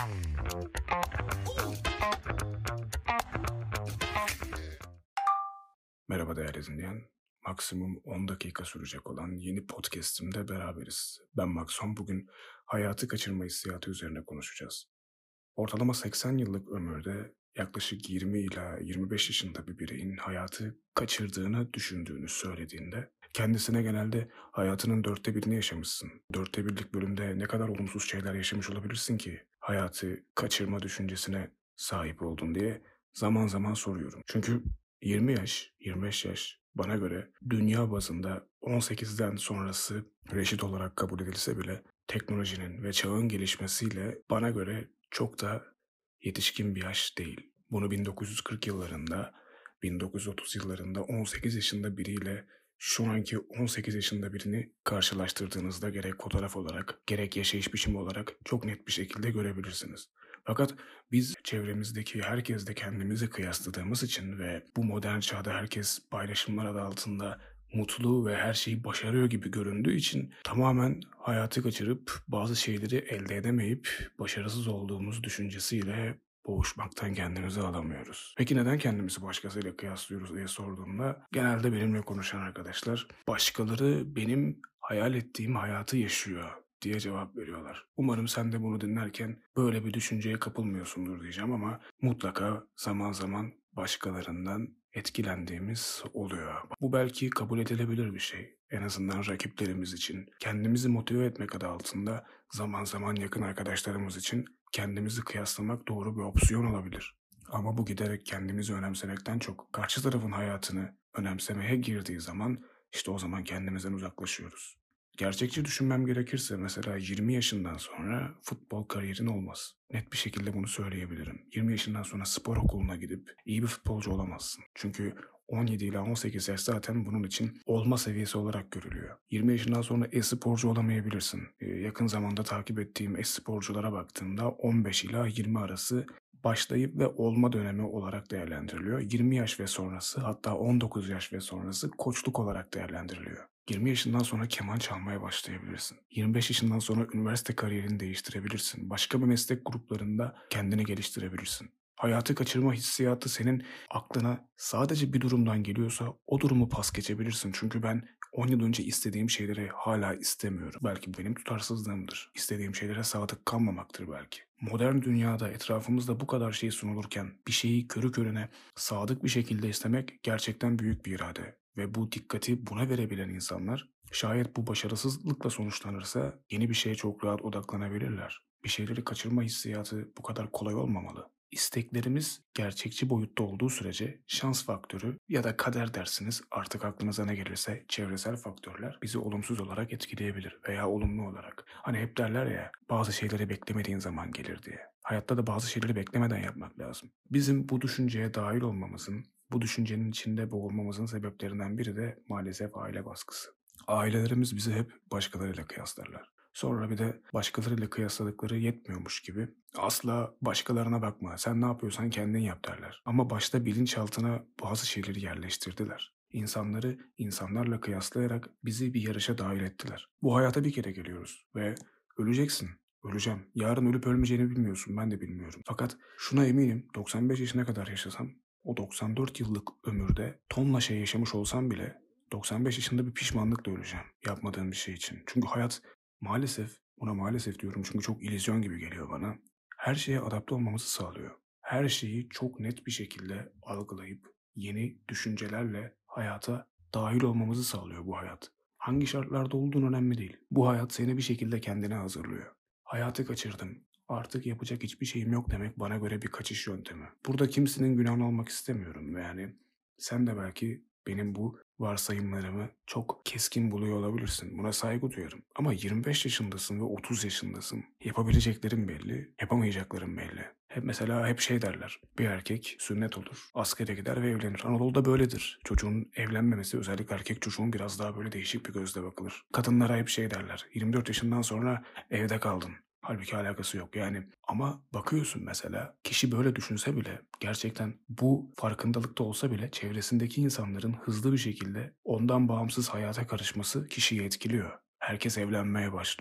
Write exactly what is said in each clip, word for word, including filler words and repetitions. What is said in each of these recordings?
Merhaba değerli dinleyen. Maksimum on dakika sürecek olan yeni podcast'imde beraberiz. Ben Maxon. Bugün hayatı kaçırma hissiyatı üzerine konuşacağız. Ortalama seksen yıllık ömürde yaklaşık yirmi ila yirmi beş yaşında bir bireyin hayatı kaçırdığını düşündüğünü söylediğinde kendisine genelde hayatının dörtte birini yaşamışsın. Dörtte birlik bölümde ne kadar olumsuz şeyler yaşamış olabilirsin ki hayatı kaçırma düşüncesine sahip oldun diye zaman zaman soruyorum. Çünkü yirmi yaş, yirmi beş yaş bana göre dünya bazında on sekizden sonrası reşit olarak kabul edilse bile teknolojinin ve çağın gelişmesiyle bana göre çok da yetişkin bir yaş değil. Bunu bin dokuz yüz kırk yıllarında, bin dokuz yüz otuz yıllarında on sekiz yaşında biriyle şu anki on sekiz yaşında birini karşılaştırdığınızda gerek fotoğraf olarak gerek yaşayış biçimi olarak çok net bir şekilde görebilirsiniz. Fakat biz çevremizdeki herkesle kendimizi kıyasladığımız için ve bu modern çağda herkes paylaşımlar adı altında mutlu ve her şeyi başarıyor gibi göründüğü için tamamen hayatı kaçırıp bazı şeyleri elde edemeyip başarısız olduğumuz düşüncesiyle boğuşmaktan kendimizi alamıyoruz. Peki neden kendimizi başkasıyla kıyaslıyoruz diye sorduğumda genelde benimle konuşan arkadaşlar başkaları benim hayal ettiğim hayatı yaşıyor diye cevap veriyorlar. Umarım sen de bunu dinlerken böyle bir düşünceye kapılmıyorsundur diyeceğim ama mutlaka zaman zaman başkalarından etkilendiğimiz oluyor. Bu belki kabul edilebilir bir şey. En azından rakiplerimiz için, kendimizi motive etmek adı altında zaman zaman yakın arkadaşlarımız için kendimizi kıyaslamak doğru bir opsiyon olabilir. Ama bu giderek kendimizi önemsemekten çok karşı tarafın hayatını önemsemeye girdiği zaman işte o zaman kendimizden uzaklaşıyoruz. Gerçekçi düşünmem gerekirse mesela yirmi yaşından sonra futbol kariyerin olmaz. Net bir şekilde bunu söyleyebilirim. yirmi yaşından sonra spor okuluna gidip iyi bir futbolcu olamazsın. Çünkü on yedi ila on sekiz yaş zaten bunun için olma seviyesi olarak görülüyor. yirmi yaşından sonra e-sporcu olamayabilirsin. Ee, yakın zamanda takip ettiğim e-sporculara baktığımda on beş ila yirmi arası başlayıp ve olma dönemi olarak değerlendiriliyor. yirmi yaş ve sonrası hatta on dokuz yaş ve sonrası koçluk olarak değerlendiriliyor. yirmi yaşından sonra keman çalmaya başlayabilirsin. yirmi beş yaşından sonra üniversite kariyerini değiştirebilirsin. Başka bir meslek gruplarında kendini geliştirebilirsin. Hayatı kaçırma hissiyatı senin aklına sadece bir durumdan geliyorsa o durumu pas geçebilirsin. Çünkü ben on yıl önce istediğim şeyleri hala istemiyorum. Belki bu benim tutarsızlığımdır. İstediğim şeylere sadık kalmamaktır belki. Modern dünyada etrafımızda bu kadar şey sunulurken bir şeyi körü körüne sadık bir şekilde istemek gerçekten büyük bir irade. Ve bu dikkati buna verebilen insanlar şayet bu başarısızlıkla sonuçlanırsa yeni bir şeye çok rahat odaklanabilirler. Bir şeyleri kaçırma hissiyatı bu kadar kolay olmamalı. İsteklerimiz gerçekçi boyutta olduğu sürece şans faktörü ya da kader dersiniz artık aklınıza ne gelirse çevresel faktörler bizi olumsuz olarak etkileyebilir veya olumlu olarak. Hani hep derler ya bazı şeyleri beklemediğin zaman gelir diye. Hayatta da bazı şeyleri beklemeden yapmak lazım. Bizim bu düşünceye dahil olmamızın, bu düşüncenin içinde boğulmamızın sebeplerinden biri de maalesef aile baskısı. Ailelerimiz bizi hep başkalarıyla kıyaslarlar. Sonra bir de başkalarıyla kıyasladıkları yetmiyormuş gibi asla başkalarına bakma, sen ne yapıyorsan kendin yap derler. Ama başta bilinçaltına bazı şeyleri yerleştirdiler. İnsanları insanlarla kıyaslayarak bizi bir yarışa dahil ettiler. Bu hayata bir kere geliyoruz ve öleceksin. Öleceğim. Yarın ölüp ölmeyeceğini bilmiyorsun, ben de bilmiyorum. Fakat şuna eminim, doksan beş yaşına kadar yaşasam, o doksan dört yıllık ömürde tonla şey yaşamış olsam bile doksan beş yaşında bir pişmanlıkla öleceğim yapmadığım bir şey için. Çünkü hayat maalesef, buna maalesef diyorum çünkü çok illüzyon gibi geliyor bana, her şeye adapte olmamızı sağlıyor. Her şeyi çok net bir şekilde algılayıp yeni düşüncelerle hayata dahil olmamızı sağlıyor bu hayat. Hangi şartlarda olduğun önemli değil. Bu hayat seni bir şekilde kendine hazırlıyor. Hayatı kaçırdım. Artık yapacak hiçbir şeyim yok demek bana göre bir kaçış yöntemi. Burada kimsenin günahını almak istemiyorum. Yani sen de belki benim bu varsayımlarımı çok keskin buluyor olabilirsin. Buna saygı duyarım. Ama yirmi beş yaşındasın ve otuz yaşındasın. Yapabileceklerin belli, yapamayacakların belli. Hep mesela hep şey derler. Bir erkek sünnet olur, askere gider ve evlenir. Anadolu'da böyledir. Çocuğun evlenmemesi, özellikle erkek çocuğun biraz daha böyle değişik bir gözle bakılır. Kadınlara hep şey derler. yirmi dört yaşından sonra evde kaldın. Halbuki alakası yok yani. Ama bakıyorsun mesela kişi böyle düşünse bile gerçekten bu farkındalıkta olsa bile çevresindeki insanların hızlı bir şekilde ondan bağımsız hayata karışması kişiyi etkiliyor. Herkes evlenmeye başlıyor.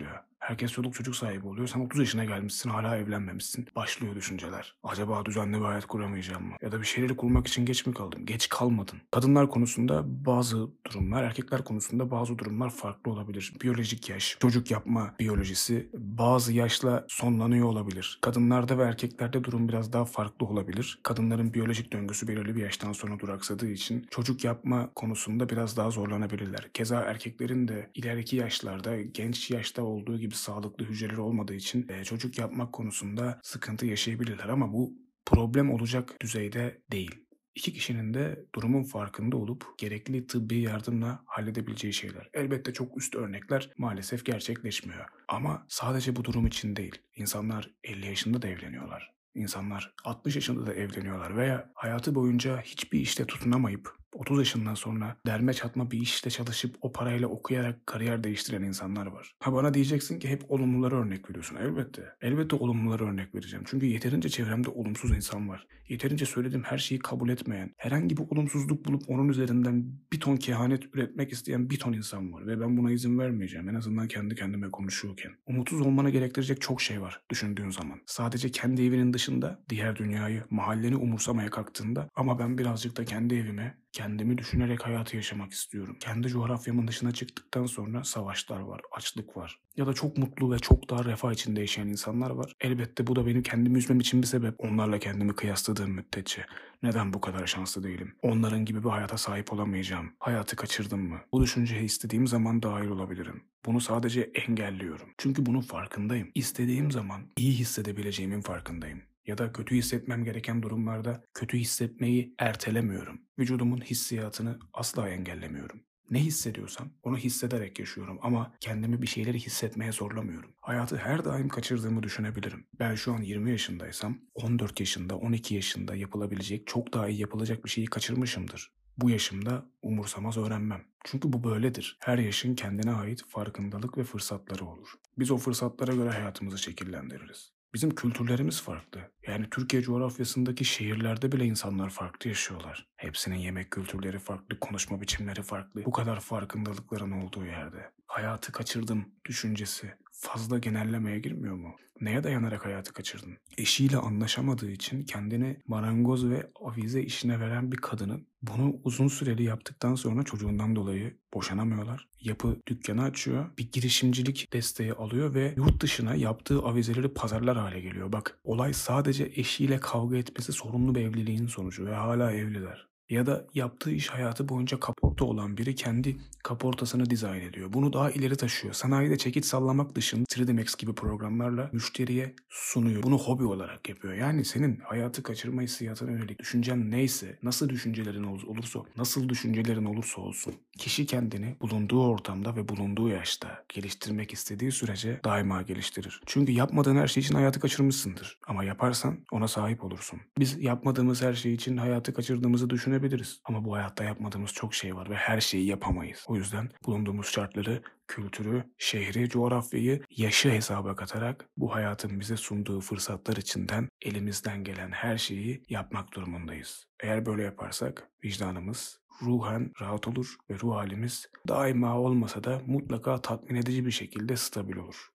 Herkes çoluk çocuk sahibi oluyor. Sen otuz yaşına gelmişsin, hala evlenmemişsin. Başlıyor düşünceler. Acaba düzenli bir hayat kuramayacağım mı? Ya da bir şeyleri kurmak için geç mi kaldım? Geç kalmadın. Kadınlar konusunda bazı durumlar, erkekler konusunda bazı durumlar farklı olabilir. Biyolojik yaş, çocuk yapma biyolojisi bazı yaşla sonlanıyor olabilir. Kadınlarda ve erkeklerde durum biraz daha farklı olabilir. Kadınların biyolojik döngüsü belirli bir yaştan sonra duraksadığı için çocuk yapma konusunda biraz daha zorlanabilirler. Keza erkeklerin de ileriki yaşlarda, genç yaşta olduğu gibi sağlıklı hücreleri olmadığı için e, çocuk yapmak konusunda sıkıntı yaşayabilirler ama bu problem olacak düzeyde değil. İki kişinin de durumun farkında olup gerekli tıbbi yardımla halledebileceği şeyler. Elbette çok üst örnekler maalesef gerçekleşmiyor. Ama sadece bu durum için değil. İnsanlar elli yaşında da evleniyorlar. İnsanlar altmış yaşında da evleniyorlar veya hayatı boyunca hiçbir işte tutunamayıp otuz yaşından sonra derme çatma bir işte çalışıp o parayla okuyarak kariyer değiştiren insanlar var. Ha bana diyeceksin ki hep olumlulara örnek veriyorsun. Elbette. Elbette olumlulara örnek vereceğim. Çünkü yeterince çevremde olumsuz insan var. Yeterince söylediğim her şeyi kabul etmeyen, herhangi bir olumsuzluk bulup onun üzerinden bir ton kehanet üretmek isteyen bir ton insan var. Ve ben buna izin vermeyeceğim. En azından kendi kendime konuşuyorken. Umutsuz olmana gerektirecek çok şey var düşündüğün zaman. Sadece kendi evinin dışında diğer dünyayı, mahalleni umursamaya kalktığında ama ben birazcık da kendi evime, kendimi düşünerek hayatı yaşamak istiyorum. Kendi coğrafyamın dışına çıktıktan sonra savaşlar var, açlık var. Ya da çok mutlu ve çok daha refah içinde yaşayan insanlar var. Elbette bu da benim kendimi üzmem için bir sebep. Onlarla kendimi kıyasladığım müddetçe. Neden bu kadar şanslı değilim? Onların gibi bir hayata sahip olamayacağım. Hayatı kaçırdım mı? Bu düşünceye istediğim zaman dahil olabilirim. Bunu sadece engelliyorum. Çünkü bunun farkındayım. İstediğim zaman iyi hissedebileceğimin farkındayım. Ya da kötü hissetmem gereken durumlarda kötü hissetmeyi ertelemiyorum. Vücudumun hissiyatını asla engellemiyorum. Ne hissediyorsam onu hissederek yaşıyorum ama kendimi bir şeyleri hissetmeye zorlamıyorum. Hayatı her daim kaçırdığımı düşünebilirim. Ben şu an yirmi yaşındaysam on dört yaşında, on iki yaşında yapılabilecek, çok daha iyi yapılacak bir şeyi kaçırmışımdır. Bu yaşımda umursamaz öğrenmem. Çünkü bu böyledir. Her yaşın kendine ait farkındalık ve fırsatları olur. Biz o fırsatlara göre hayatımızı şekillendiririz. Bizim kültürlerimiz farklı. Yani Türkiye coğrafyasındaki şehirlerde bile insanlar farklı yaşıyorlar. Hepsinin yemek kültürleri farklı, konuşma biçimleri farklı. Bu kadar farkındalıkların olduğu yerde. Hayatı kaçırdım düşüncesi fazla genellemeye girmiyor mu? Neye dayanarak hayatı kaçırdın? Eşiyle anlaşamadığı için kendini marangoz ve avize işine veren bir kadının bunu uzun süreli yaptıktan sonra çocuğundan dolayı boşanamıyorlar. Yapı dükkanı açıyor, bir girişimcilik desteği alıyor ve yurt dışına yaptığı avizeleri pazarlar hale geliyor. Bak, olay sadece eşiyle kavga etmesi sorunlu bir evliliğin sonucu ve hala evliler. Ya da yaptığı iş hayatı boyunca kaporta olan biri kendi kaportasını dizayn ediyor. Bunu daha ileri taşıyor. Sanayide çekiç sallamak dışında üç D Max gibi programlarla müşteriye sunuyor. Bunu hobi olarak yapıyor. Yani senin hayatı kaçırma hissiyatına yönelik düşüncen neyse, nasıl düşüncelerin olursa, nasıl düşüncelerin olursa olsun, kişi kendini bulunduğu ortamda ve bulunduğu yaşta geliştirmek istediği sürece daima geliştirir. Çünkü yapmadığın her şey için hayatı kaçırmışsındır. Ama yaparsan ona sahip olursun. Biz yapmadığımız her şey için hayatı kaçırdığımızı düşünebiliriz. Ama bu hayatta yapmadığımız çok şey var ve her şeyi yapamayız. O yüzden bulunduğumuz şartları, kültürü, şehri, coğrafyayı, yaşı hesaba katarak bu hayatın bize sunduğu fırsatlar içinden elimizden gelen her şeyi yapmak durumundayız. Eğer böyle yaparsak vicdanımız ruhen rahat olur ve ruh halimiz daima olmasa da mutlaka tatmin edici bir şekilde stabil olur.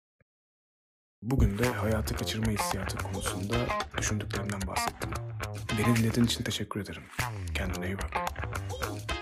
Bugün de hayatı kaçırma hissiyatı konusunda düşündüklerimden bahsettim. Beni dinlediğin için teşekkür ederim. Kendine iyi bak.